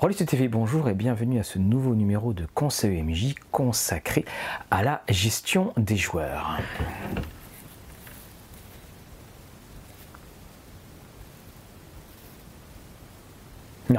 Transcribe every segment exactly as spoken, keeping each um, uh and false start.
Roliste T V, bonjour et bienvenue à ce nouveau numéro de Conseil M J consacré à la gestion des joueurs. Non.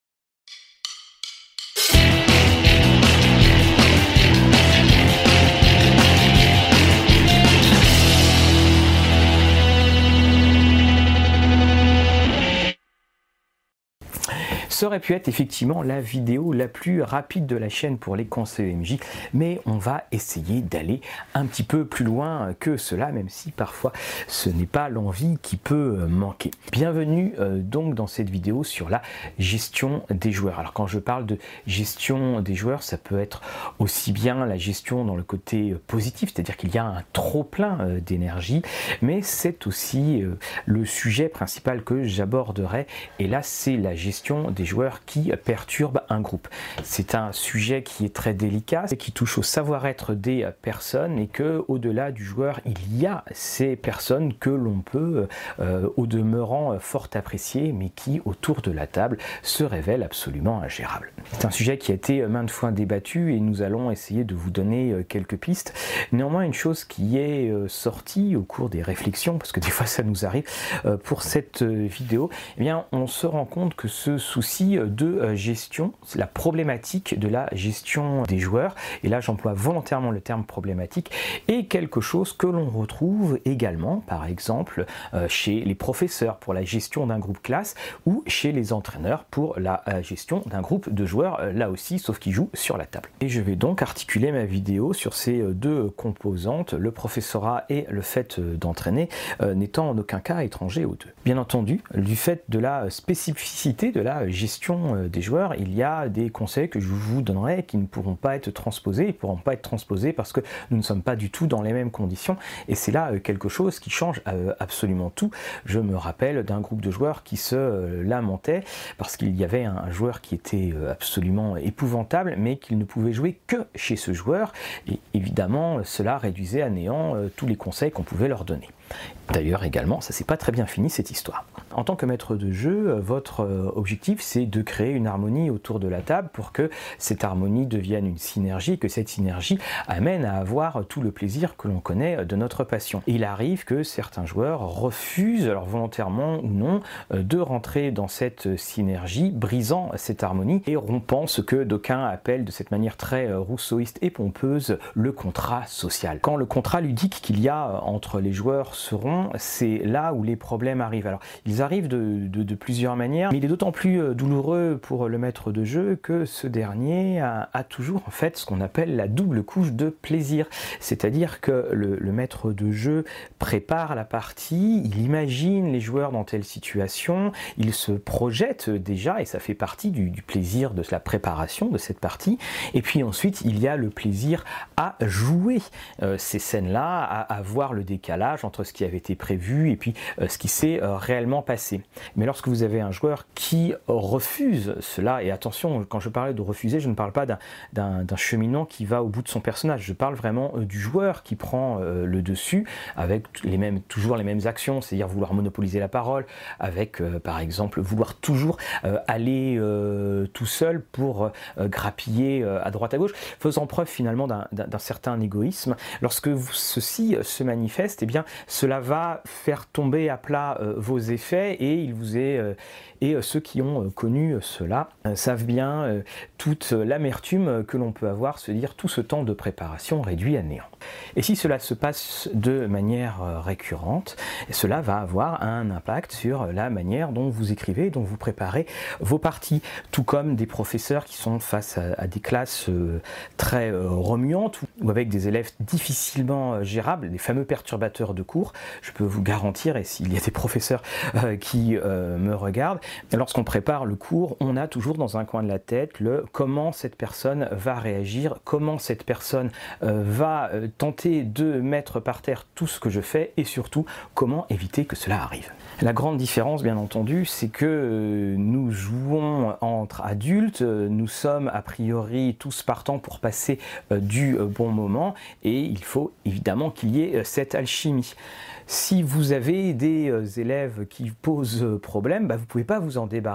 Ça aurait pu être effectivement la vidéo la plus rapide de la chaîne pour les conseils M J, mais on va essayer d'aller un petit peu plus loin que cela, même si parfois ce n'est pas l'envie qui peut manquer. Bienvenue euh, donc dans cette vidéo sur la gestion des joueurs. Alors quand je parle de gestion des joueurs, ça peut être aussi bien la gestion dans le côté positif, c'est-à-dire qu'il y a un trop-plein euh, d'énergie, mais c'est aussi euh, le sujet principal que j'aborderai, et là c'est la gestion des joueurs qui perturbent un groupe. C'est un sujet qui est très délicat et qui touche au savoir-être des personnes, et que au-delà du joueur, il y a ces personnes que l'on peut euh, au demeurant fort apprécier, mais qui autour de la table se révèlent absolument ingérables. C'est un sujet qui a été maintes fois débattu et nous allons essayer de vous donner quelques pistes. Néanmoins, une chose qui est sortie au cours des réflexions, parce que des fois ça nous arrive pour cette vidéo, eh bien on se rend compte que ce souci de gestion, c'est la problématique de la gestion des joueurs, et là j'emploie volontairement le terme problématique, est quelque chose que l'on retrouve également par exemple chez les professeurs pour la gestion d'un groupe classe, ou chez les entraîneurs pour la gestion d'un groupe de joueurs, là aussi, sauf qu'ils jouent sur la table. Et je vais donc articuler ma vidéo sur ces deux composantes, le professorat et le fait d'entraîner, n'étant en aucun cas étranger aux deux. Bien entendu, du fait de la spécificité de la gestion des joueurs, il y a des conseils que je vous donnerai qui ne pourront pas être transposés, ils ne pourront pas être transposés parce que nous ne sommes pas du tout dans les mêmes conditions, et c'est là quelque chose qui change absolument tout. Je me rappelle d'un groupe de joueurs qui se lamentait parce qu'il y avait un joueur qui était absolument épouvantable, mais qu'il ne pouvait jouer que chez ce joueur, et évidemment cela réduisait à néant tous les conseils qu'on pouvait leur donner. D'ailleurs également, ça s'est pas très bien fini cette histoire. En tant que maître de jeu, votre objectif c'est de créer une harmonie autour de la table pour que cette harmonie devienne une synergie, que cette synergie amène à avoir tout le plaisir que l'on connaît de notre passion. Et il arrive que certains joueurs refusent, alors volontairement ou non, de rentrer dans cette synergie, brisant cette harmonie et rompant ce que d'aucuns appellent de cette manière très rousseauiste et pompeuse le contrat social. Quand le contrat ludique qu'il y a entre les joueurs seront, c'est là où les problèmes arrivent. Alors ils arrivent de, de, de plusieurs manières, mais il est d'autant plus douloureux pour le maître de jeu que ce dernier a, a toujours en fait ce qu'on appelle la double couche de plaisir, c'est-à-dire que le, le maître de jeu prépare la partie, il imagine les joueurs dans telle situation, il se projette déjà, et ça fait partie du, du plaisir de la préparation de cette partie, et puis ensuite il y a le plaisir à jouer euh, ces scènes-là, à, à voir le décalage entre ce qui avait été prévu et puis euh, ce qui s'est euh, réellement passé. Mais lorsque vous avez un joueur qui refuse cela, et attention, quand je parlais de refuser, je ne parle pas d'un cheminant qui va au bout de son personnage, je parle vraiment euh, du joueur qui prend euh, le dessus avec les mêmes, toujours les mêmes actions, c'est-à-dire vouloir monopoliser la parole, avec euh, par exemple vouloir toujours euh, aller euh, tout seul pour euh, grappiller euh, à droite à gauche, faisant preuve finalement d'un certain égoïsme. Lorsque vous, ceci se manifeste, eh bien cela va faire tomber à plat euh, vos effets, et il vous est euh, et euh, ceux qui ont euh, connu cela euh, savent bien euh, toute l'amertume que l'on peut avoir, se dire tout ce temps de préparation réduit à néant. Et si cela se passe de manière euh, récurrente, cela va avoir un impact sur la manière dont vous écrivez, dont vous préparez vos parties, tout comme des professeurs qui sont face à, à des classes euh, très euh, remuantes ou avec des élèves difficilement euh, gérables, les fameux perturbateurs de cours. Je peux vous garantir, et s'il y a des professeurs euh, qui euh, me regardent, lorsqu'on prépare le cours, on a toujours dans un coin de la tête le comment cette personne va réagir, comment cette personne euh, va euh, tenter de mettre par terre tout ce que je fais, et surtout comment éviter que cela arrive. La grande différence, bien entendu, c'est que euh, nous jouons entre adultes, euh, nous sommes a priori tous partants pour passer euh, du euh, bon moment, et il faut évidemment qu'il y ait euh, cette alchimie. Si vous avez des euh, élèves qui posent problème, bah, vous ne pouvez pas vous en débarrasser comme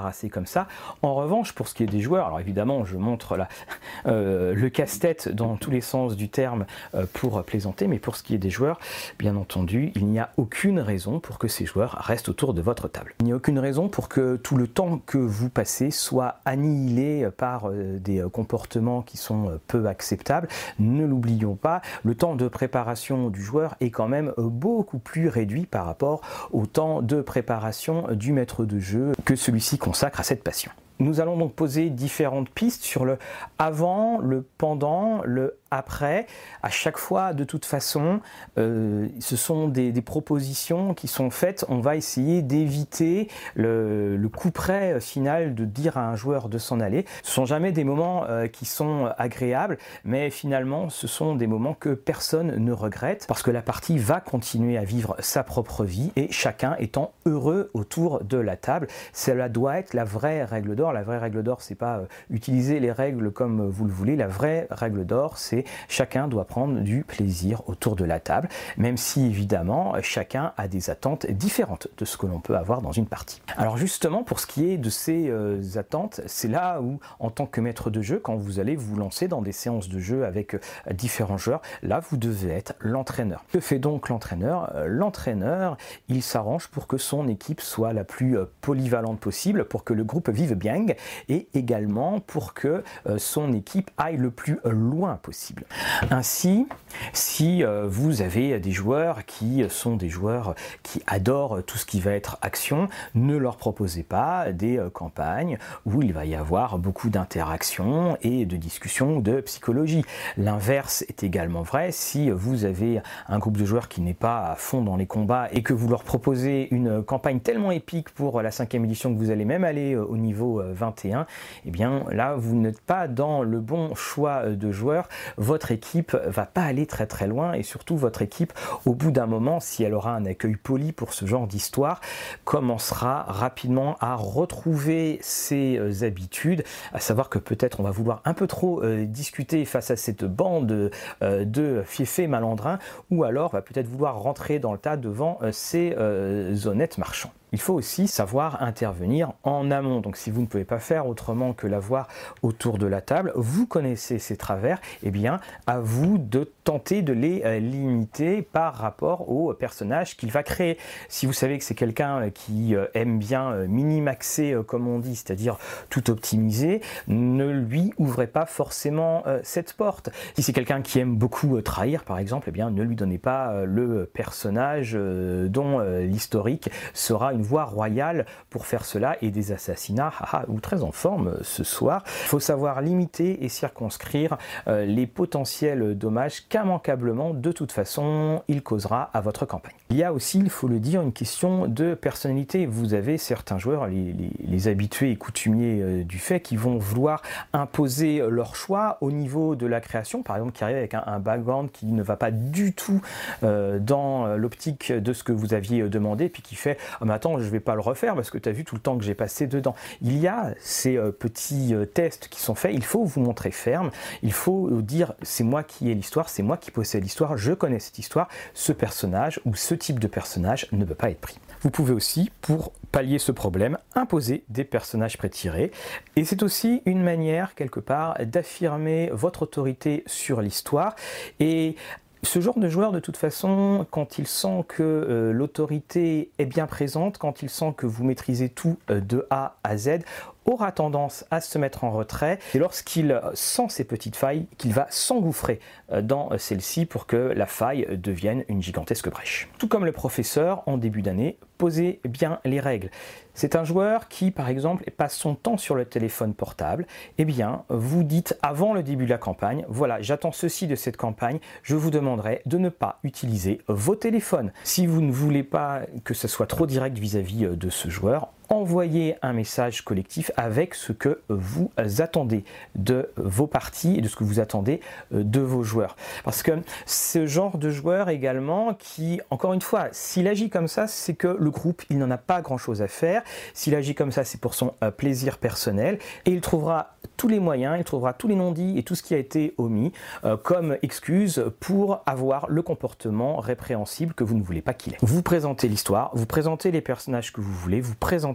ça. En revanche, pour ce qui est des joueurs, alors évidemment je montre là euh, le casse-tête dans tous les sens du terme euh, pour plaisanter, mais pour ce qui est des joueurs, bien entendu, il n'y a aucune raison pour que ces joueurs restent autour de votre table. Il n'y a aucune raison pour que tout le temps que vous passez soit annihilé par euh, des comportements qui sont peu acceptables. Ne l'oublions pas, le temps de préparation du joueur est quand même beaucoup plus réduit par rapport au temps de préparation du maître de jeu que celui-ci consacre à cette passion. Nous allons donc poser différentes pistes sur le avant, le pendant, le après. À chaque fois, de toute façon, euh, ce sont des, des propositions qui sont faites. On va essayer d'éviter le, le coup près final de dire à un joueur de s'en aller. Ce ne sont jamais des moments euh, qui sont agréables, mais finalement, ce sont des moments que personne ne regrette parce que la partie va continuer à vivre sa propre vie et chacun étant heureux autour de la table. Cela doit être la vraie règle d'or. La vraie règle d'or, c'est pas euh, utiliser les règles comme vous le voulez. La vraie règle d'or, c'est chacun doit prendre du plaisir autour de la table, même si évidemment chacun a des attentes différentes de ce que l'on peut avoir dans une partie. Alors justement, pour ce qui est de ces euh, attentes, c'est là où, en tant que maître de jeu, quand vous allez vous lancer dans des séances de jeu avec euh, différents joueurs, là vous devez être l'entraîneur. Que fait donc l'entraîneur? euh, L'entraîneur, il s'arrange pour que son équipe soit la plus euh, polyvalente possible, pour que le groupe vive bien, et également pour que euh, son équipe aille le plus euh, loin possible. Ainsi, si euh, vous avez des joueurs qui sont des joueurs qui adorent tout ce qui va être action, ne leur proposez pas des euh, campagnes où il va y avoir beaucoup d'interactions et de discussions ou de psychologie. L'inverse est également vrai. Si vous avez un groupe de joueurs qui n'est pas à fond dans les combats et que vous leur proposez une campagne tellement épique pour la cinquième édition que vous allez même aller au niveau vingt et un, eh bien là vous n'êtes pas dans le bon choix de joueurs. Votre équipe va pas aller très très loin et surtout votre équipe, au bout d'un moment, si elle aura un accueil poli pour ce genre d'histoire, commencera rapidement à retrouver ses habitudes, à savoir que peut-être on va vouloir un peu trop euh, discuter face à cette bande euh, de fiefés malandrins, ou alors va peut-être vouloir rentrer dans le tas devant euh, ces euh, honnêtes marchands. Il faut aussi savoir intervenir en amont. Donc si vous ne pouvez pas faire autrement que l'avoir autour de la table, vous connaissez ses travers, eh bien à vous de tenter de les euh, limiter par rapport au personnage qu'il va créer. Si vous savez que c'est quelqu'un qui euh, aime bien euh, minimaxer, euh, comme on dit, c'est-à-dire tout optimiser, ne lui ouvrez pas forcément euh, cette porte. Si c'est quelqu'un qui aime beaucoup euh, trahir, par exemple, eh bien ne lui donnez pas euh, le personnage euh, dont euh, l'historique sera une voie royale pour faire cela, et des assassinats haha, ou très en forme ce soir. Il faut savoir limiter et circonscrire euh, les potentiels dommages qu'immanquablement de toute façon il causera à votre campagne. Il y a aussi, il faut le dire, une question de personnalité. Vous avez certains joueurs, les, les, les habitués et coutumiers euh, du fait, qui vont vouloir imposer leur choix au niveau de la création, par exemple qui arrive avec un, un background qui ne va pas du tout euh, dans l'optique de ce que vous aviez demandé, puis qui fait oh, mais attends, je vais pas le refaire parce que tu as vu tout le temps que j'ai passé dedans. Il y a ces euh, petits euh, tests qui sont faits, il faut vous montrer ferme, il faut dire c'est moi qui ai l'histoire, c'est moi qui possède l'histoire, je connais cette histoire, ce personnage ou ce type de personnage ne peut pas être pris. Vous pouvez aussi, pour pallier ce problème, imposer des personnages prétirés, et c'est aussi une manière quelque part d'affirmer votre autorité sur l'histoire. Et ce genre de joueur, de toute façon, quand il sent que euh, l'autorité est bien présente, quand il sent que vous maîtrisez tout euh, de A à Z, aura tendance à se mettre en retrait. C'est lorsqu'il sent ces petites failles qu'il va s'engouffrer dans celle-ci pour que la faille devienne une gigantesque brèche. Tout comme le professeur, en début d'année, posez bien les règles. C'est un joueur qui, par exemple, passe son temps sur le téléphone portable. Eh bien, vous dites avant le début de la campagne, voilà, j'attends ceci de cette campagne, je vous demanderai de ne pas utiliser vos téléphones. Si vous ne voulez pas que ce soit trop direct vis-à-vis de ce joueur, envoyez un message collectif avec ce que vous attendez de vos parties et de ce que vous attendez de vos joueurs. Parce que ce genre de joueur également qui, encore une fois, s'il agit comme ça, c'est que le groupe, il n'en a pas grand-chose à faire. S'il agit comme ça, c'est pour son plaisir personnel et il trouvera tous les moyens, il trouvera tous les non-dits et tout ce qui a été omis euh, comme excuse pour avoir le comportement répréhensible que vous ne voulez pas qu'il ait. Vous présentez l'histoire, vous présentez les personnages que vous voulez, vous présentez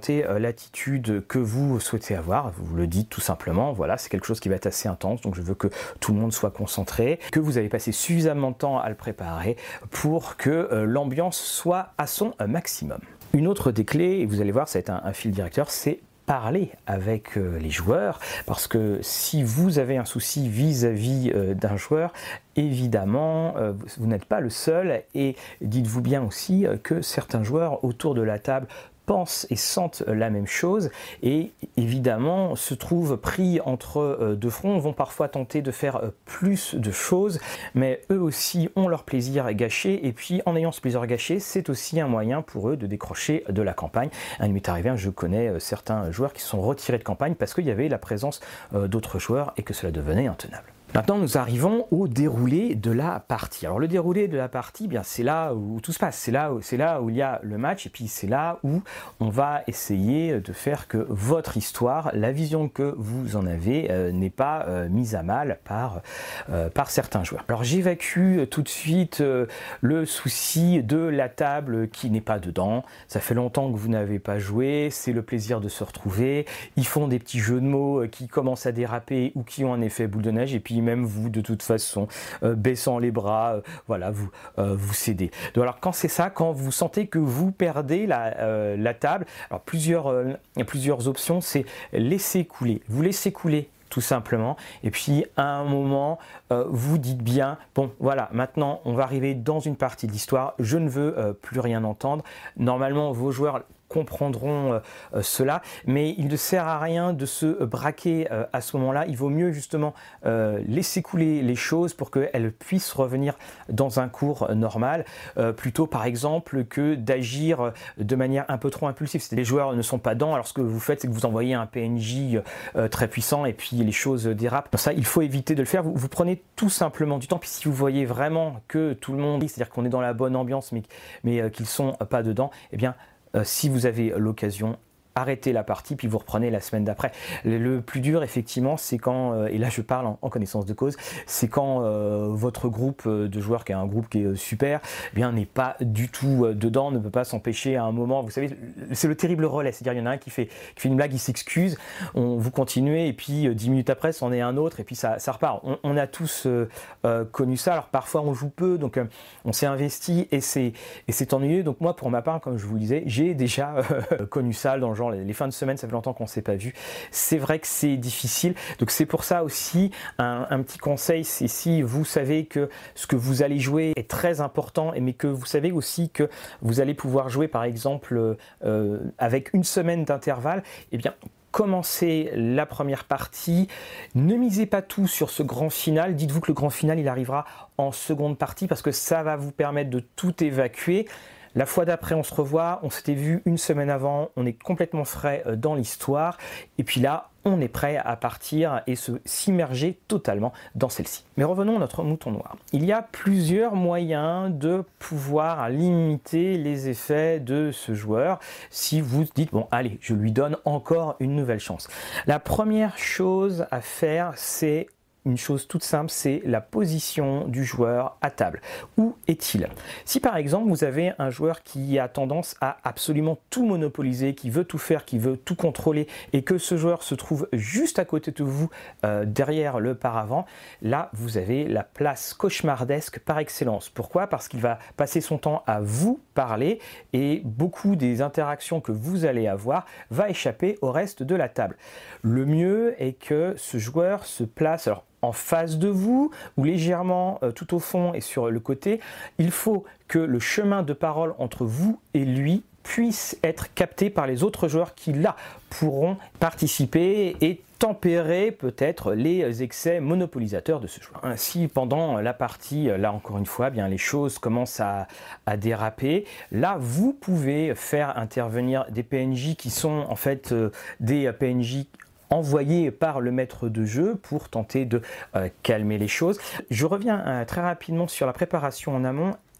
présenter euh, l'attitude que vous souhaitez avoir, vous le dites tout simplement, voilà, c'est quelque chose qui va être assez intense, donc je veux que tout le monde soit concentré, que vous avez passé suffisamment de temps à le préparer pour que euh, l'ambiance soit à son euh, maximum. Une autre des clés, et vous allez voir, ça va être un, un fil directeur, c'est parler avec euh, les joueurs, parce que si vous avez un souci vis-à-vis euh, d'un joueur, évidemment euh, vous, vous n'êtes pas le seul, et dites-vous bien aussi euh, que certains joueurs autour de la table pensent et sentent la même chose et évidemment se trouvent pris entre deux fronts, vont parfois tenter de faire plus de choses, mais eux aussi ont leur plaisir gâché, et puis en ayant ce plaisir gâché, c'est aussi un moyen pour eux de décrocher de la campagne. Il m'est arrivé, je connais certains joueurs qui se sont retirés de campagne parce qu'il y avait la présence d'autres joueurs et que cela devenait intenable. Maintenant, nous arrivons au déroulé de la partie. Alors, le déroulé de la partie, bien, c'est là où tout se passe. C'est là où, c'est là où il y a le match, et puis c'est là où on va essayer de faire que votre histoire, la vision que vous en avez, euh, n'est pas euh, mise à mal par, euh, par certains joueurs. Alors, j'évacue tout de suite euh, le souci de la table qui n'est pas dedans. Ça fait longtemps que vous n'avez pas joué, c'est le plaisir de se retrouver. Ils font des petits jeux de mots qui commencent à déraper ou qui ont un effet boule de neige, et puis même vous, de toute façon, euh, baissant les bras, euh, voilà, vous, euh, vous cédez. Donc, alors, quand c'est ça, quand vous sentez que vous perdez la, euh, la table, alors plusieurs, euh, plusieurs options, c'est laisser couler. Vous laissez couler tout simplement, et puis à un moment euh, vous dites bien, bon voilà, maintenant on va arriver dans une partie de l'histoire, je ne veux euh, plus rien entendre. Normalement vos joueurs comprendront euh, cela, mais il ne sert à rien de se braquer euh, à ce moment-là. Il vaut mieux justement euh, laisser couler les choses pour qu'elles puissent revenir dans un cours normal, euh, plutôt par exemple que d'agir de manière un peu trop impulsive. C'est-à-dire les joueurs ne sont pas dedans, alors ce que vous faites, c'est que vous envoyez un P N J euh, très puissant et puis les choses dérapent. Donc ça, il faut éviter de le faire. Vous, vous prenez tout simplement du temps, puis si vous voyez vraiment que tout le monde, c'est-à-dire qu'on est dans la bonne ambiance, mais, mais euh, qu'ils sont pas dedans, eh bien, Euh, si vous avez l'occasion, arrêtez la partie puis vous reprenez la semaine d'après. Le plus dur effectivement, c'est quand, euh, et là je parle en, en connaissance de cause, c'est quand euh, votre groupe de joueurs, qui est un groupe qui est super, eh bien n'est pas du tout euh, dedans, ne peut pas s'empêcher à un moment. Vous savez, c'est le terrible relais, c'est-à-dire il y en a un qui fait, qui fait une blague, il s'excuse, on vous continuez et puis euh, dix minutes après c'en est un autre et puis ça, ça repart. On, on a tous euh, euh, connu ça. Alors parfois on joue peu, donc euh, on s'est investi et c'est et c'est ennuyeux. Donc moi pour ma part, comme je vous le disais, j'ai déjà euh, connu ça dans le genre les fins de semaine, ça fait longtemps qu'on ne s'est pas vu. C'est vrai que c'est difficile. Donc c'est pour ça aussi un, un petit conseil, c'est si vous savez que ce que vous allez jouer est très important, mais que vous savez aussi que vous allez pouvoir jouer par exemple euh, avec une semaine d'intervalle, eh bien commencez la première partie, ne misez pas tout sur ce grand final, dites-vous que le grand final il arrivera en seconde partie parce que ça va vous permettre de tout évacuer. La fois d'après, on se revoit, on s'était vu une semaine avant, on est complètement frais dans l'histoire, et puis là, on est prêt à partir et se s'immerger totalement dans celle-ci. Mais revenons à notre mouton noir. Il y a plusieurs moyens de pouvoir limiter les effets de ce joueur si vous dites, bon allez, je lui donne encore une nouvelle chance. La première chose à faire, c'est une chose toute simple, c'est la position du joueur à table. Où est-il? Si par exemple vous avez un joueur qui a tendance à absolument tout monopoliser, qui veut tout faire, qui veut tout contrôler, et que ce joueur se trouve juste à côté de vous, euh, derrière le paravent, là vous avez la place cauchemardesque par excellence. Pourquoi? Parce qu'il va passer son temps à vous parler, et beaucoup des interactions que vous allez avoir va échapper au reste de la table. Le mieux est que ce joueur se place, alors en face de vous ou légèrement euh, tout au fond et sur le côté. Il faut que le chemin de parole entre vous et lui puisse être capté par les autres joueurs qui là pourront participer et tempérer peut-être les excès monopolisateurs de ce joueur. Ainsi, pendant la partie, là encore une fois, bien les choses commencent à, à déraper. Là, vous pouvez faire intervenir des P N J qui sont en fait euh, des P N J envoyé par le maître de jeu pour tenter de euh, calmer les choses. Je reviens euh, très rapidement sur la préparation en amont.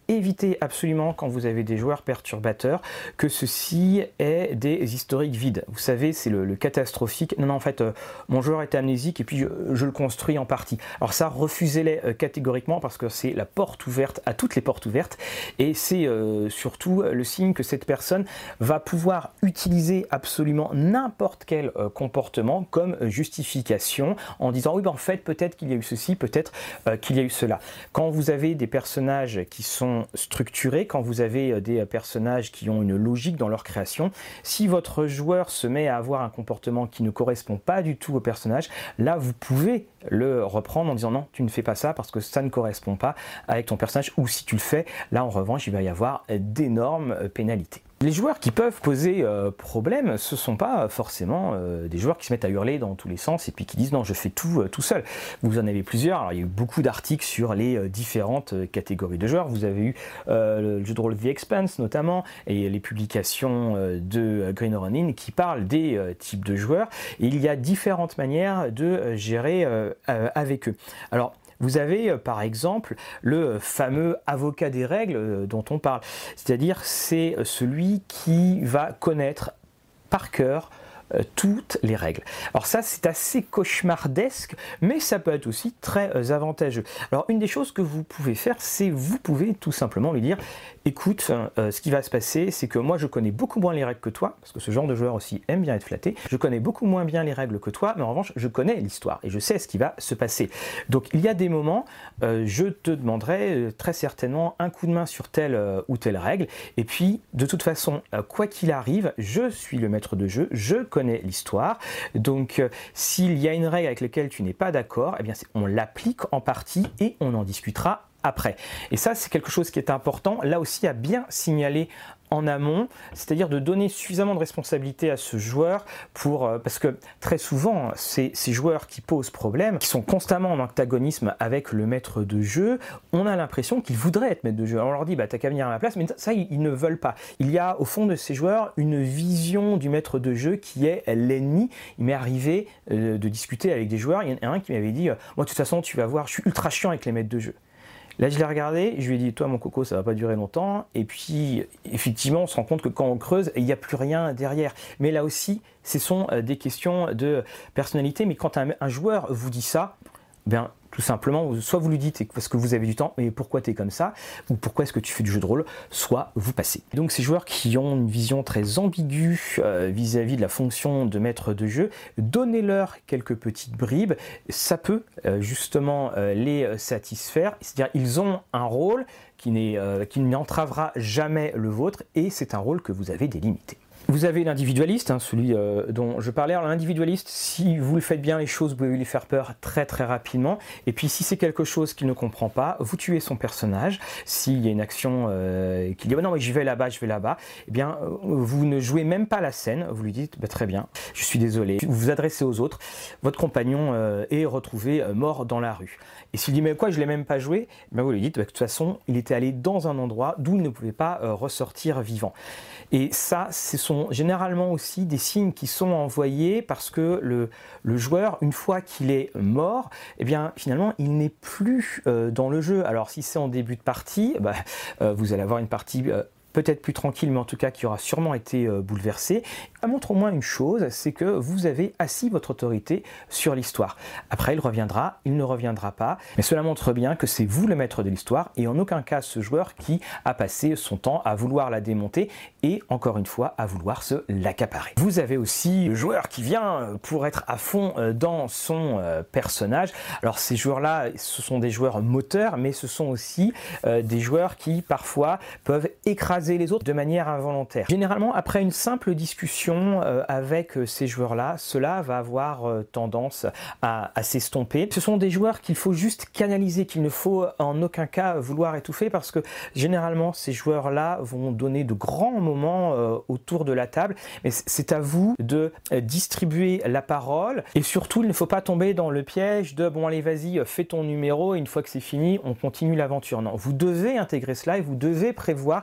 évitez absolument quand vous avez des joueurs perturbateurs que ceci ait des historiques vides. Vous savez, c'est le, le catastrophique. Non, non, en fait, euh, mon joueur est amnésique et puis je, je le construis en partie. Alors ça, refusez-les euh, catégoriquement parce que c'est la porte ouverte à toutes les portes ouvertes et c'est euh, surtout le signe que cette personne va pouvoir utiliser absolument n'importe quel euh, comportement comme justification en disant oui, ben en fait, peut-être qu'il y a eu ceci, peut-être euh, qu'il y a eu cela. Quand vous avez des personnages qui sont structurés, quand vous avez des personnages qui ont une logique dans leur création, si votre joueur se met à avoir un comportement qui ne correspond pas du tout au personnage, là vous pouvez le reprendre en disant non, tu ne fais pas ça parce que ça ne correspond pas avec ton personnage, ou si tu le fais, là en revanche il va y avoir d'énormes pénalités. Les joueurs qui peuvent poser euh, problème, ce ne sont pas forcément euh, des joueurs qui se mettent à hurler dans tous les sens et puis qui disent non, je fais tout euh, tout seul. Vous en avez plusieurs. Alors, il y a eu beaucoup d'articles sur les euh, différentes euh, catégories de joueurs. Vous avez eu euh, le jeu de rôle The Expanse notamment et les publications euh, de Green Ronin qui parlent des euh, types de joueurs. Et il y a différentes manières de euh, gérer euh, euh, avec eux. Alors, vous avez euh, par exemple le fameux avocat des règles euh, dont on parle, c'est-à-dire c'est celui qui va connaître par cœur euh, toutes les règles. Alors ça, c'est assez cauchemardesque, mais ça peut être aussi très euh, avantageux. Alors une des choses que vous pouvez faire, c'est vous pouvez tout simplement lui dire écoute, euh, ce qui va se passer, c'est que moi je connais beaucoup moins les règles que toi, parce que ce genre de joueur aussi aime bien être flatté, je connais beaucoup moins bien les règles que toi, mais en revanche, je connais l'histoire et je sais ce qui va se passer. Donc il y a des moments, euh, je te demanderai euh, très certainement un coup de main sur telle euh, ou telle règle, et puis de toute façon, euh, quoi qu'il arrive, je suis le maître de jeu, je connais l'histoire, donc euh, s'il y a une règle avec laquelle tu n'es pas d'accord, eh bien on l'applique en partie et on en discutera après. Et ça, c'est quelque chose qui est important, là aussi, à bien signaler en amont, c'est-à-dire de donner suffisamment de responsabilité à ce joueur pour, euh, parce que très souvent, c'est ces joueurs qui posent problème, qui sont constamment en antagonisme avec le maître de jeu, on a l'impression qu'ils voudraient être maître de jeu. Alors on leur dit, bah t'as qu'à venir à ma place, mais ça, ils, ils ne veulent pas. Il y a au fond de ces joueurs une vision du maître de jeu qui est l'ennemi. Il m'est arrivé euh, de discuter avec des joueurs, il y en a un qui m'avait dit, euh, moi de toute façon, tu vas voir, je suis ultra chiant avec les maîtres de jeu. Là, je l'ai regardé, je lui ai dit, toi, mon coco, ça va pas durer longtemps. Et puis, effectivement, on se rend compte que quand on creuse, il n'y a plus rien derrière. Mais là aussi, ce sont des questions de personnalité. Mais quand un, un joueur vous dit ça, bien, tout simplement, soit vous lui dites parce que vous avez du temps, mais pourquoi tu es comme ça, ou pourquoi est-ce que tu fais du jeu de rôle, soit vous passez. Donc ces joueurs qui ont une vision très ambiguë euh, vis-à-vis de la fonction de maître de jeu, donnez-leur quelques petites bribes, ça peut euh, justement euh, les satisfaire, c'est-à-dire ils ont un rôle qui n'est, euh, qui n'entravera jamais le vôtre, et c'est un rôle que vous avez délimité. Vous avez l'individualiste, hein, celui euh, dont je parlais. Alors l'individualiste, si vous le faites bien les choses, vous pouvez lui faire peur très très rapidement. Et puis si c'est quelque chose qu'il ne comprend pas, vous tuez son personnage. S'il y a une action euh, qui dit oh, non mais je vais là-bas, je vais là-bas, eh bien euh, vous ne jouez même pas la scène. Vous lui dites bah, très bien, je suis désolé. Vous vous adressez aux autres. Votre compagnon euh, est retrouvé euh, mort dans la rue. Et s'il dit mais quoi, je l'ai même pas joué, ben vous lui dites bah, de toute façon, il était allé dans un endroit d'où il ne pouvait pas euh, ressortir vivant. Et ça, ce sont généralement aussi des signes qui sont envoyés parce que le, le joueur, une fois qu'il est mort, eh bien finalement, il n'est plus euh, dans le jeu. Alors si c'est en début de partie, bah, euh, vous allez avoir une partie euh, peut-être plus tranquille, mais en tout cas qui aura sûrement été euh, bouleversée. Ça montre au moins une chose, c'est que vous avez assis votre autorité sur l'histoire. Après, il reviendra, il ne reviendra pas, mais cela montre bien que c'est vous le maître de l'histoire et en aucun cas ce joueur qui a passé son temps à vouloir la démonter et encore une fois à vouloir se l'accaparer. Vous avez aussi le joueur qui vient pour être à fond dans son personnage. Alors ces joueurs-là, ce sont des joueurs moteurs, mais ce sont aussi euh, des joueurs qui parfois peuvent écraser les autres de manière involontaire. Généralement, après une simple discussion euh, avec euh, ces joueurs-là, cela va avoir euh, tendance à, à s'estomper. Ce sont des joueurs qu'il faut juste canaliser, qu'il ne faut en aucun cas vouloir étouffer parce que généralement, ces joueurs-là vont donner de grands moments euh, autour de la table. Mais c'est à vous de euh, distribuer la parole et surtout, il ne faut pas tomber dans le piège de bon allez vas-y, fais ton numéro et une fois que c'est fini, on continue l'aventure. Non, vous devez intégrer cela et vous devez prévoir les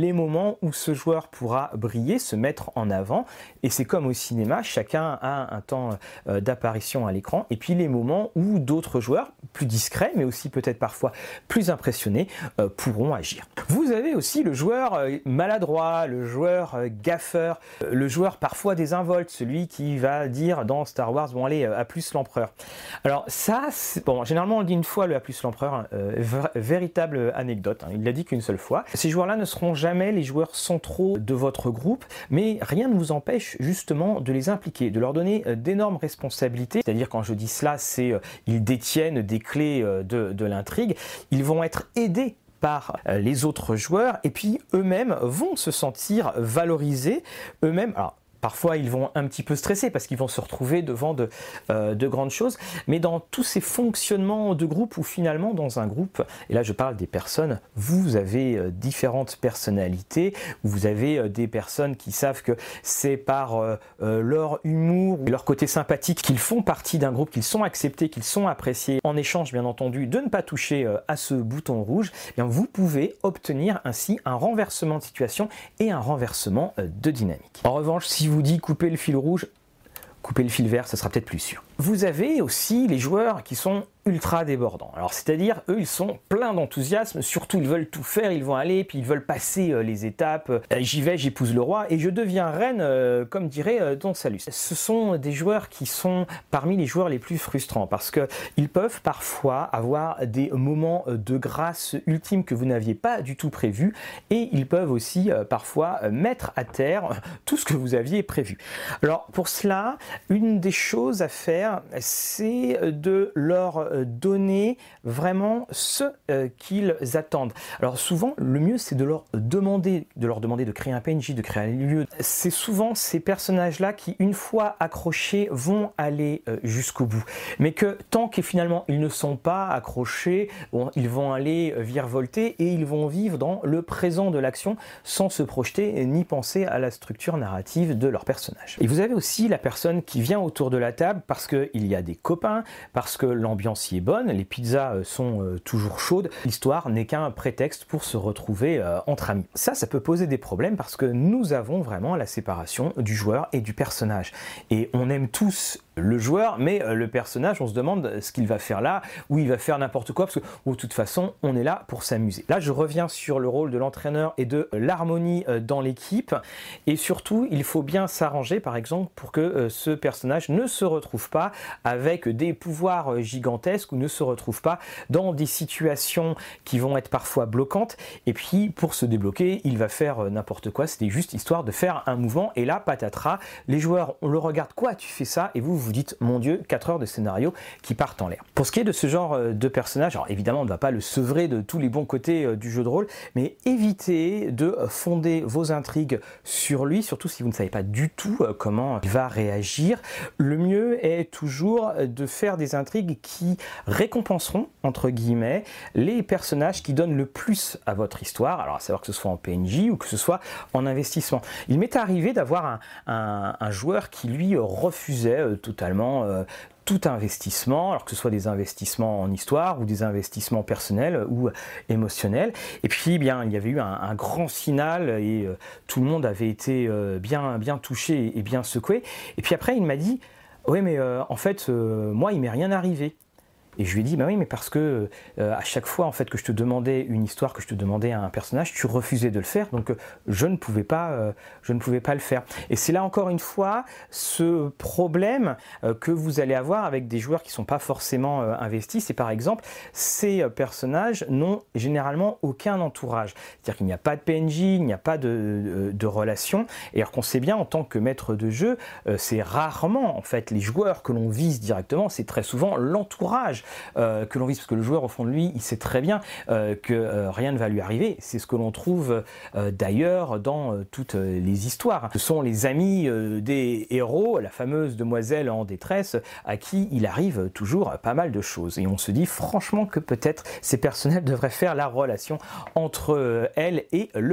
les moments où ce joueur pourra briller, se mettre en avant, et c'est comme au cinéma, chacun a un temps euh, d'apparition à l'écran, et puis les moments où d'autres joueurs, plus discrets, mais aussi peut-être parfois plus impressionnés, euh, pourront agir. Vous avez aussi le joueur euh, maladroit, le joueur euh, gaffeur, euh, le joueur parfois désinvolte, celui qui va dire dans Star Wars, bon allez, euh, à plus l'empereur. Alors ça, bon, généralement on le dit une fois le à plus l'empereur, euh, véritable anecdote, hein, il l'a dit qu'une seule fois. Ces joueurs-là ne seront jamais les joueurs centraux de votre groupe, mais rien ne vous empêche justement de les impliquer, de leur donner euh, d'énormes responsabilités, c'est-à-dire quand je dis cela, c'est euh, ils détiennent des clés euh, de, de l'intrigue, ils vont être aidés par les autres joueurs et puis eux-mêmes vont se sentir valorisés, eux-mêmes. Alors, parfois, ils vont un petit peu stresser parce qu'ils vont se retrouver devant de, euh, de grandes choses. Mais dans tous ces fonctionnements de groupe ou finalement dans un groupe, et là je parle des personnes, vous avez euh, différentes personnalités, vous avez euh, des personnes qui savent que c'est par euh, euh, leur humour ou leur côté sympathique qu'ils font partie d'un groupe, qu'ils sont acceptés, qu'ils sont appréciés. En échange, bien entendu, de ne pas toucher euh, à ce bouton rouge, eh bien, vous pouvez obtenir ainsi un renversement de situation et un renversement euh, de dynamique. En revanche, si vous dit couper le fil rouge, couper le fil vert, ce sera peut-être plus sûr. Vous avez aussi les joueurs qui sont ultra débordants. Alors c'est-à-dire, eux, ils sont pleins d'enthousiasme, surtout ils veulent tout faire, ils vont aller, puis ils veulent passer euh, les étapes, euh, j'y vais, j'épouse le roi, et je deviens reine, euh, comme dirait euh, Don Salus. Ce sont des joueurs qui sont parmi les joueurs les plus frustrants, parce qu'ils peuvent parfois avoir des moments de grâce ultime que vous n'aviez pas du tout prévu, et ils peuvent aussi euh, parfois mettre à terre tout ce que vous aviez prévu. Alors pour cela, une des choses à faire, c'est de leur donner vraiment ce euh, qu'ils attendent. Alors souvent, le mieux c'est de leur demander, de leur demander de créer un P N J, de créer un lieu. C'est souvent ces personnages-là qui, une fois accrochés, vont aller euh, jusqu'au bout. Mais que tant que finalement ils ne sont pas accrochés, bon, ils vont aller virevolter et ils vont vivre dans le présent de l'action sans se projeter ni penser à la structure narrative de leur personnage. Et vous avez aussi la personne qui vient autour de la table parce qu'il y a des copains, parce que l'ambiance y est bonne, les pizzas sont euh, toujours chaudes, l'histoire n'est qu'un prétexte pour se retrouver euh, entre amis. Ça, ça peut poser des problèmes parce que nous avons vraiment la séparation du joueur et du personnage. Et on aime tous le joueur, mais euh, le personnage, on se demande ce qu'il va faire là, ou il va faire n'importe quoi, parce que de toute façon, on est là pour s'amuser. Là, je reviens sur le rôle de l'entraîneur et de l'harmonie euh, dans l'équipe, et surtout, il faut bien s'arranger, par exemple, pour que euh, ce personnage ne se retrouve pas avec des pouvoirs euh, gigantesques, ou ne se retrouve pas dans des situations qui vont être parfois bloquantes, et puis, pour se débloquer, il va faire euh, n'importe quoi, c'était juste histoire de faire un mouvement, et là, patatras, les joueurs, on le regarde, quoi, tu fais ça, et vous, vous dites, mon Dieu, quatre heures de scénario qui partent en l'air. Pour ce qui est de ce genre de personnage, alors évidemment on ne va pas le sevrer de tous les bons côtés du jeu de rôle, mais évitez de fonder vos intrigues sur lui, surtout si vous ne savez pas du tout comment il va réagir. Le mieux est toujours de faire des intrigues qui récompenseront, entre guillemets, les personnages qui donnent le plus à votre histoire, alors à savoir que ce soit en P N J ou que ce soit en investissement. Il m'est arrivé d'avoir un, un, un joueur qui lui refusait euh, totalement euh, tout investissement, alors que ce soit des investissements en histoire ou des investissements personnels ou émotionnels. Et puis, eh bien, il y avait eu un, un grand final et euh, tout le monde avait été euh, bien, bien touché et bien secoué. Et puis après, il m'a dit, oui, mais euh, en fait, euh, moi, il m'est rien arrivé. Et je lui ai dit, bah oui, mais parce que euh, à chaque fois en fait que je te demandais une histoire, que je te demandais un personnage, tu refusais de le faire, donc euh, je ne pouvais pas, euh, je ne pouvais pas le faire. Et c'est là encore une fois ce problème euh, que vous allez avoir avec des joueurs qui sont pas forcément euh, investis. C'est par exemple ces euh, personnages n'ont généralement aucun entourage, c'est-à-dire qu'il n'y a pas de P N J, il n'y a pas de, de, de relation. Et alors qu'on sait bien en tant que maître de jeu, euh, c'est rarement en fait les joueurs que l'on vise directement, c'est très souvent l'entourage. Euh, que l'on vise, parce que le joueur au fond de lui il sait très bien euh, que euh, rien ne va lui arriver. C'est ce que l'on trouve euh, d'ailleurs dans euh, toutes les histoires. Ce sont les amis euh, des héros, la fameuse demoiselle en détresse à qui il arrive toujours pas mal de choses, et on se dit franchement que peut-être ces personnages devraient faire la relation entre euh, elle et le héros.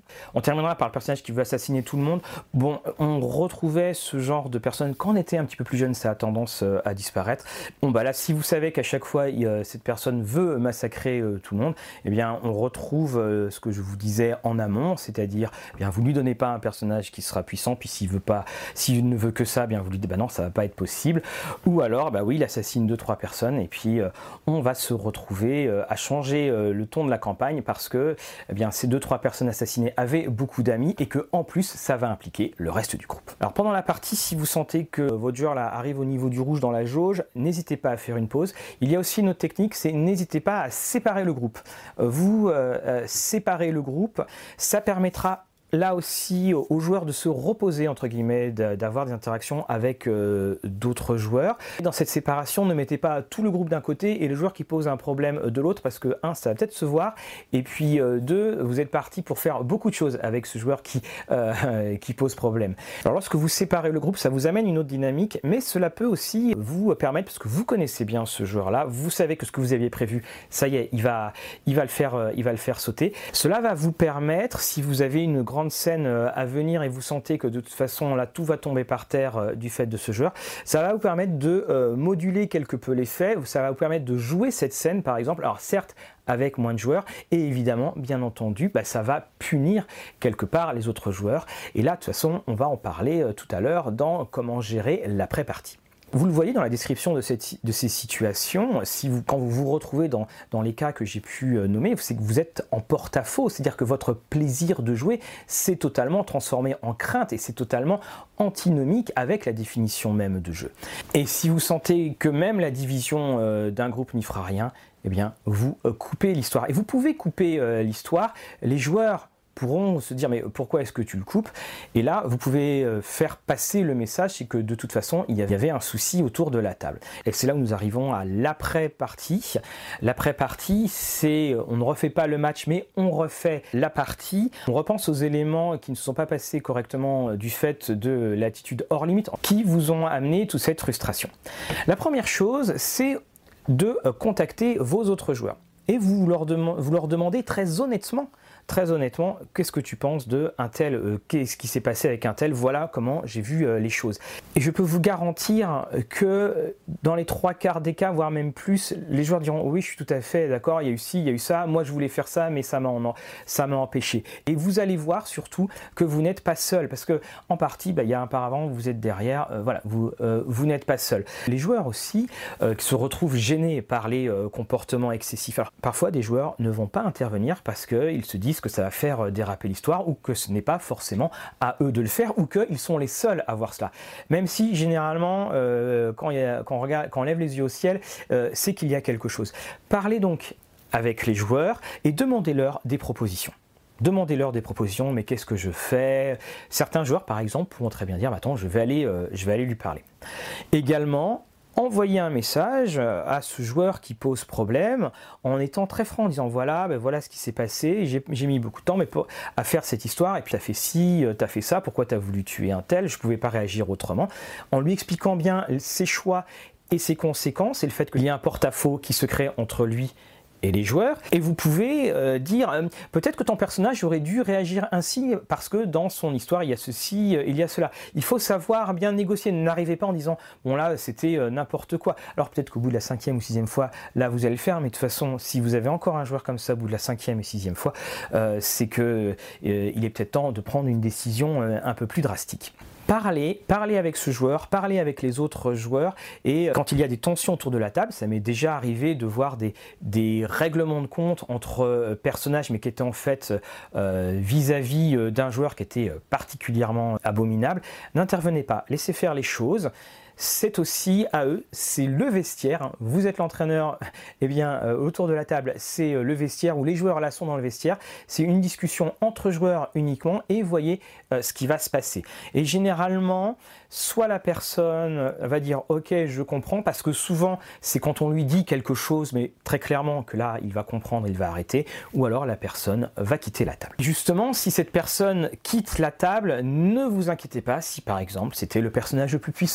On terminera par le personnage qui veut assassiner tout le monde. Bon, on retrouvait ce genre de personne quand on était un petit peu plus jeune, ça a tendance à disparaître. Bon bah là, si vous savez qu'à chaque fois il, cette personne veut massacrer euh, tout le monde, eh bien on retrouve euh, ce que je vous disais en amont, c'est-à-dire, eh bien vous lui donnez pas un personnage qui sera puissant, puis s'il veut pas, s'il ne veut que ça, eh bien vous lui dites bah non, ça va pas être possible. Ou alors bah oui, il assassine deux trois personnes et puis euh, on va se retrouver euh, à changer euh, le ton de la campagne parce que eh bien ces deux trois personnes assassinées avaient beaucoup d'amis et que en plus ça va impliquer le reste du groupe. Alors pendant la partie, si vous sentez que votre joueur là arrive au niveau du rouge dans la jauge, n'hésitez pas à faire une pause. Il y a aussi une autre technique, c'est n'hésitez pas à séparer le groupe. Vous euh, euh, séparez le groupe, ça permettra là aussi aux joueurs de se reposer, entre guillemets, d'avoir des interactions avec euh, d'autres joueurs. Dans cette séparation, ne mettez pas tout le groupe d'un côté et le joueur qui pose un problème de l'autre, parce que un, ça va peut-être se voir, et puis euh, deux, vous êtes parti pour faire beaucoup de choses avec ce joueur qui, euh, qui pose problème. Alors lorsque vous séparez le groupe, ça vous amène une autre dynamique, mais cela peut aussi vous permettre, parce que vous connaissez bien ce joueur-là, vous savez que ce que vous aviez prévu, ça y est, il va, il va, le, faire, il va le faire sauter. Cela va vous permettre, si vous avez une grande scène à venir et vous sentez que de toute façon là tout va tomber par terre euh, du fait de ce joueur, ça va vous permettre de euh, moduler quelque peu l'effet, ça va vous permettre de jouer cette scène par exemple, alors certes avec moins de joueurs et évidemment bien entendu bah, ça va punir quelque part les autres joueurs et là de toute façon on va en parler euh, tout à l'heure dans comment gérer l'après-partie. Vous le voyez dans la description de, cette, de ces situations, si vous, quand vous vous retrouvez dans, dans les cas que j'ai pu nommer, c'est que vous êtes en porte-à-faux, c'est-à-dire que votre plaisir de jouer s'est totalement transformé en crainte et c'est totalement antinomique avec la définition même de jeu. Et si vous sentez que même la division euh, d'un groupe n'y fera rien, eh bien vous euh, coupez l'histoire. Et vous pouvez couper euh, l'histoire, les joueurs pourront se dire mais pourquoi est-ce que tu le coupes, et là vous pouvez faire passer le message, c'est que de toute façon il y avait un souci autour de la table. Et c'est là où nous arrivons à l'après-partie. L'après-partie, c'est on ne refait pas le match mais on refait la partie, on repense aux éléments qui ne se sont pas passés correctement du fait de l'attitude hors limite qui vous ont amené toute cette frustration. La première chose, c'est de contacter vos autres joueurs et vous leur, dem- vous leur demandez très honnêtement Très honnêtement, qu'est-ce que tu penses de un tel, euh, qu'est-ce qui s'est passé avec un tel, voilà comment j'ai vu euh, les choses. Et je peux vous garantir que dans les trois quarts des cas, voire même plus, les joueurs diront oui, je suis tout à fait d'accord, il y a eu ci, il y a eu ça, moi je voulais faire ça, mais ça m'a, ça m'a empêché. Et vous allez voir surtout que vous n'êtes pas seul, parce que en partie, bah, il y a un paravent, vous êtes derrière, euh, voilà, vous, euh, vous n'êtes pas seul. Les joueurs aussi euh, qui se retrouvent gênés par les euh, comportements excessifs. Alors, parfois, des joueurs ne vont pas intervenir parce qu'ils se disent que ça va faire déraper l'histoire ou que ce n'est pas forcément à eux de le faire ou qu'ils sont les seuls à voir cela. Même si généralement euh, quand, il y a, quand, on regarde, quand on lève les yeux au ciel, euh, c'est qu'il y a quelque chose. Parlez donc avec les joueurs et demandez-leur des propositions. Demandez-leur des propositions, mais qu'est-ce que je fais? Certains joueurs par exemple pourront très bien dire, attends, je vais aller, euh, je vais aller lui parler. Également, envoyer un message à ce joueur qui pose problème en étant très franc, en disant voilà, ben voilà ce qui s'est passé, j'ai, j'ai mis beaucoup de temps mais pour, à faire cette histoire et puis tu as fait ci, tu as fait ça, pourquoi tu as voulu tuer un tel, je ne pouvais pas réagir autrement, en lui expliquant bien ses choix et ses conséquences et le fait qu'il y a un porte-à-faux qui se crée entre lui et les joueurs, et vous pouvez euh, dire euh, peut-être que ton personnage aurait dû réagir ainsi parce que dans son histoire il y a ceci, euh, il y a cela. Il faut savoir bien négocier, n'arrivez pas en disant bon là c'était euh, n'importe quoi. Alors peut-être qu'au bout de la cinquième ou sixième fois là vous allez le faire, mais de toute façon si vous avez encore un joueur comme ça au bout de la cinquième et sixième fois, euh, c'est que euh, il est peut-être temps de prendre une décision euh, un peu plus drastique. Parlez, parlez avec ce joueur, parlez avec les autres joueurs et quand il y a des tensions autour de la table, ça m'est déjà arrivé de voir des, des règlements de compte entre personnages mais qui étaient en fait euh, vis-à-vis d'un joueur qui était particulièrement abominable. N'intervenez pas, laissez faire les choses. C'est aussi à eux, c'est le vestiaire. Vous êtes l'entraîneur, eh bien euh, autour de la table, c'est euh, le vestiaire où les joueurs là sont dans le vestiaire. C'est une discussion entre joueurs uniquement et voyez euh, ce qui va se passer. Et généralement, soit la personne va dire ok, je comprends, parce que souvent c'est quand on lui dit quelque chose, mais très clairement que là il va comprendre, il va arrêter, ou alors la personne va quitter la table. Justement, si cette personne quitte la table, ne vous inquiétez pas si par exemple c'était le personnage le plus puissant. Nos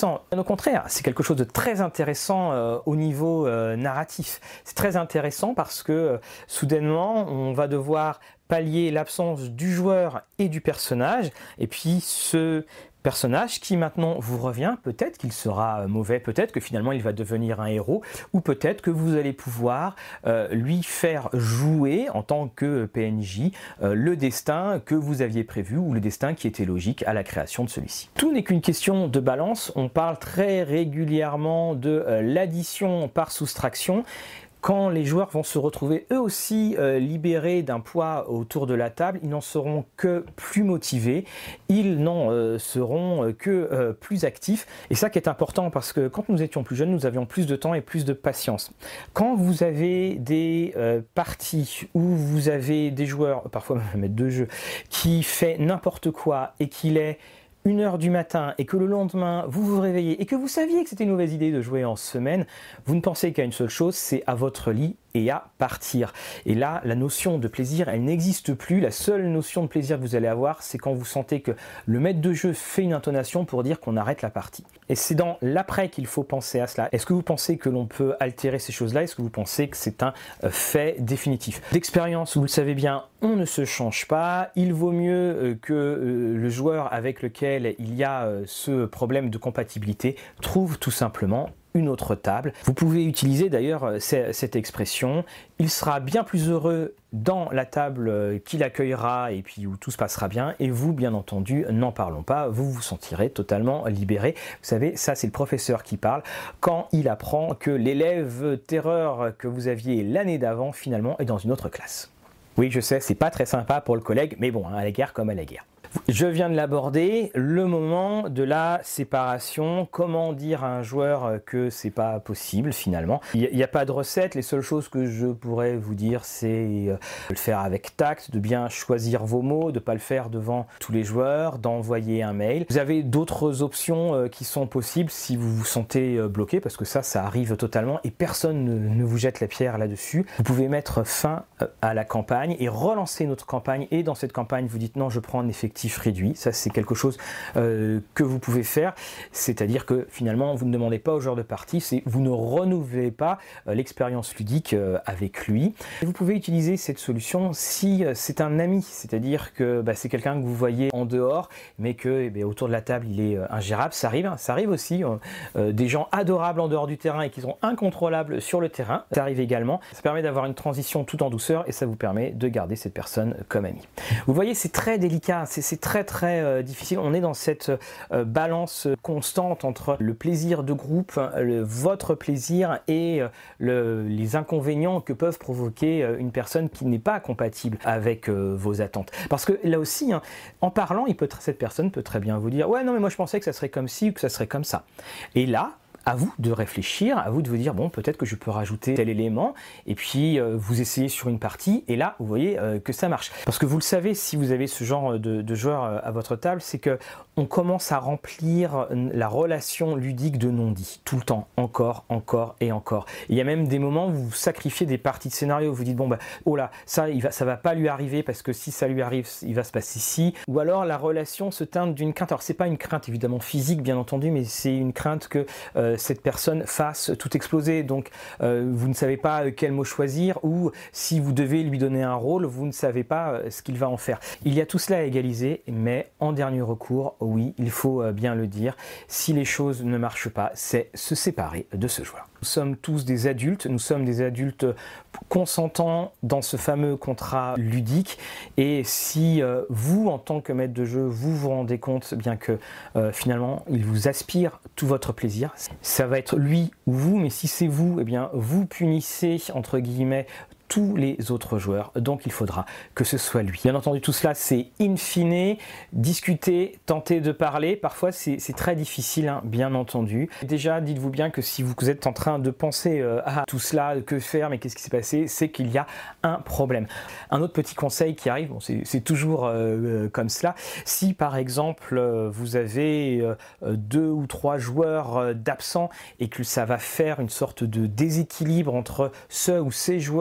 contraire, c'est quelque chose de très intéressant euh, au niveau euh, narratif. C'est très intéressant parce que euh, soudainement, on va devoir pallier l'absence du joueur et du personnage, et puis ce personnage qui maintenant vous revient, peut-être qu'il sera mauvais, peut-être que finalement il va devenir un héros, ou peut-être que vous allez pouvoir euh, lui faire jouer en tant que P N J euh, le destin que vous aviez prévu, ou le destin qui était logique à la création de celui-ci. Tout n'est qu'une question de balance, on parle très régulièrement de euh, l'addition par soustraction. Quand les joueurs vont se retrouver eux aussi euh, libérés d'un poids autour de la table, ils n'en seront que plus motivés, ils n'en euh, seront que euh, plus actifs. Et ça qui est important parce que quand nous étions plus jeunes, nous avions plus de temps et plus de patience. Quand vous avez des euh, parties où vous avez des joueurs, parfois même le maître de jeu, qui fait n'importe quoi et qu'il est une heure du matin et que le lendemain vous vous réveillez et que vous saviez que c'était une mauvaise idée de jouer en semaine, vous ne pensez qu'à une seule chose, c'est à votre lit et à partir. Et là, la notion de plaisir, elle n'existe plus. La seule notion de plaisir que vous allez avoir, c'est quand vous sentez que le maître de jeu fait une intonation pour dire qu'on arrête la partie. Et c'est dans l'après qu'il faut penser à cela. Est-ce que vous pensez que l'on peut altérer ces choses-là? Est-ce que vous pensez que c'est un fait définitif? D'expérience, vous le savez bien, on ne se change pas. Il vaut mieux que le joueur avec lequel il y a ce problème de compatibilité trouve tout simplement une autre table. Vous pouvez utiliser d'ailleurs cette expression, il sera bien plus heureux dans la table qu'il accueillera et puis où tout se passera bien, et vous, bien entendu, n'en parlons pas, vous vous sentirez totalement libéré. Vous savez, ça c'est le professeur qui parle quand il apprend que l'élève terreur que vous aviez l'année d'avant finalement est dans une autre classe. Oui, je sais, c'est pas très sympa pour le collègue, mais bon, à la guerre comme à la guerre. Je viens de l'aborder, le moment de la séparation. Comment dire à un joueur que c'est pas possible finalement? Il n'y a, a pas de recette, les seules choses que je pourrais vous dire c'est de le faire avec tact, de bien choisir vos mots, de ne pas le faire devant tous les joueurs, d'envoyer un mail. Vous avez d'autres options qui sont possibles si vous vous sentez bloqué, parce que ça, ça arrive totalement et personne ne, ne vous jette la pierre là-dessus. Vous pouvez mettre fin à la campagne et relancer notre campagne, et dans cette campagne vous dites non, je prends un effectif réduit. Ça c'est quelque chose euh, que vous pouvez faire, c'est-à-dire que finalement vous ne demandez pas au joueur de partie, c'est vous ne renouvelez pas euh, l'expérience ludique euh, avec lui. Et vous pouvez utiliser cette solution si euh, c'est un ami, c'est-à-dire que bah, c'est quelqu'un que vous voyez en dehors mais que eh bien, autour de la table il est euh, ingérable. Ça arrive, hein, ça arrive aussi euh, euh, des gens adorables en dehors du terrain et qui sont incontrôlables sur le terrain. Ça arrive également. Ça permet d'avoir une transition tout en douceur et ça vous permet de garder cette personne comme amie. Vous voyez, c'est très délicat, c'est c'est très très euh, difficile. On est dans cette euh, balance constante entre le plaisir de groupe, le, votre plaisir et euh, le, les inconvénients que peuvent provoquer euh, une personne qui n'est pas compatible avec euh, vos attentes. Parce que là aussi, hein, en parlant, il peut, cette personne peut très bien vous dire « Ouais, non, mais moi je pensais que ça serait comme ci ou que ça serait comme ça. » Et là, à vous de réfléchir, à vous de vous dire bon, peut-être que je peux rajouter tel élément, et puis euh, vous essayez sur une partie et là vous voyez euh, que ça marche. Parce que vous le savez, si vous avez ce genre de, de joueurs à votre table, c'est que on commence à remplir la relation ludique de non-dit tout le temps, encore, encore et encore. Et il y a même des moments où vous sacrifiez des parties de scénario, où vous dites bon bah oh là, ça il va, ça va pas lui arriver parce que si ça lui arrive, il va se passer ci. Ou alors la relation se teinte d'une crainte. Alors c'est pas une crainte évidemment physique bien entendu, mais c'est une crainte que euh, cette personne fasse tout exploser, donc euh, vous ne savez pas quel mot choisir, ou si vous devez lui donner un rôle, vous ne savez pas euh, ce qu'il va en faire. Il y a tout cela à égaliser, mais en dernier recours, oui, il faut euh, bien le dire, si les choses ne marchent pas, c'est se séparer de ce joueur. Nous sommes tous des adultes, nous sommes des adultes consentants dans ce fameux contrat ludique, et si euh, vous, en tant que maître de jeu, vous vous rendez compte bien que euh, finalement il vous aspire tout votre plaisir, ça va être lui ou vous, mais si c'est vous, eh bien vous punissez entre guillemets tous les autres joueurs, donc il faudra que ce soit lui. Bien entendu, tout cela c'est in fine, discuter, tenter de parler, parfois c'est très difficile, hein, bien entendu. Déjà, dites-vous bien que si vous êtes en train de penser euh, à tout cela, que faire, mais qu'est-ce qui s'est passé, c'est qu'il y a un problème. Un autre petit conseil qui arrive, bon, c'est toujours euh, comme cela, si par exemple euh, vous avez euh, deux ou trois joueurs euh, d'absents et que ça va faire une sorte de déséquilibre entre ceux ou ces joueurs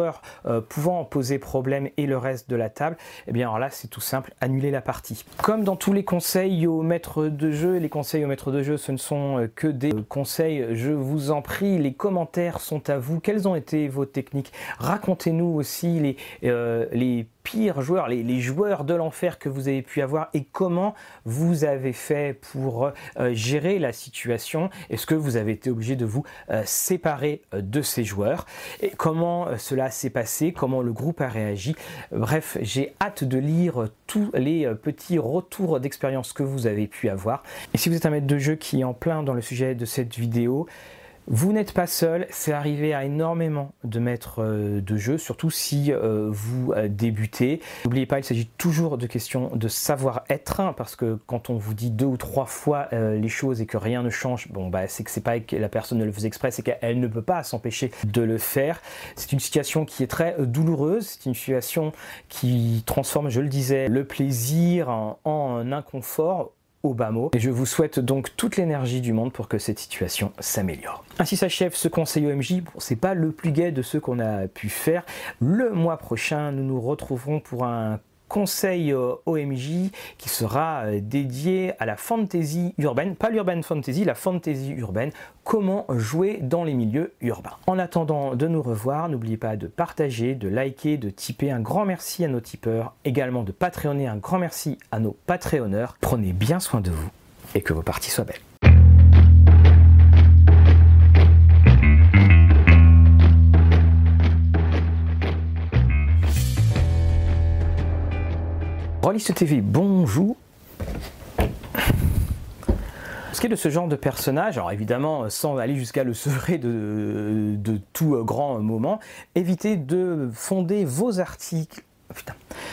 euh, pouvant poser problème et le reste de la table, et eh bien alors là c'est tout simple, annuler la partie. Comme dans tous les conseils au maître de jeu, les conseils au maître de jeu ce ne sont que des conseils, je vous en prie, les commentaires sont à vous. Quelles ont été vos techniques? Racontez-nous aussi les, euh, les pires joueurs, les, les joueurs de l'enfer que vous avez pu avoir et comment vous avez fait pour euh, gérer la situation. Est-ce que vous avez été obligé de vous euh, séparer euh, de ces joueurs et comment euh, cela s'est passé, comment le groupe a réagi. Bref, j'ai hâte de lire tous les euh, petits retours d'expérience que vous avez pu avoir. Et si vous êtes un maître de jeu qui est en plein dans le sujet de cette vidéo, vous n'êtes pas seul, c'est arrivé à énormément de maîtres de jeu, surtout si euh, vous euh, débutez. N'oubliez pas, il s'agit toujours de questions de savoir-être, hein, parce que quand on vous dit deux ou trois fois euh, les choses et que rien ne change, bon bah c'est que c'est pas que la personne ne le faisait exprès, c'est qu'elle ne peut pas s'empêcher de le faire. C'est une situation qui est très douloureuse, c'est une situation qui transforme, je le disais, le plaisir en, en inconfort. Au bas mot. Et je vous souhaite donc toute l'énergie du monde pour que cette situation s'améliore. Ainsi s'achève ce conseil O M J. Bon, c'est pas le plus gai de ceux qu'on a pu faire. Le mois prochain, nous nous retrouverons pour un conseil O M J qui sera dédié à la fantasy urbaine, pas l'urban fantasy, la fantasy urbaine, comment jouer dans les milieux urbains. En attendant de nous revoir, n'oubliez pas de partager, de liker, de tiper. Un grand merci à nos tipeurs, également de patreonner. Un grand merci à nos patreonneurs. Prenez bien soin de vous et que vos parties soient belles. Rollist T V, bonjour. Ce qui est de ce genre de personnage, alors évidemment sans aller jusqu'à le sevrer de, de tout grand moment, évitez de fonder vos articles. Putain.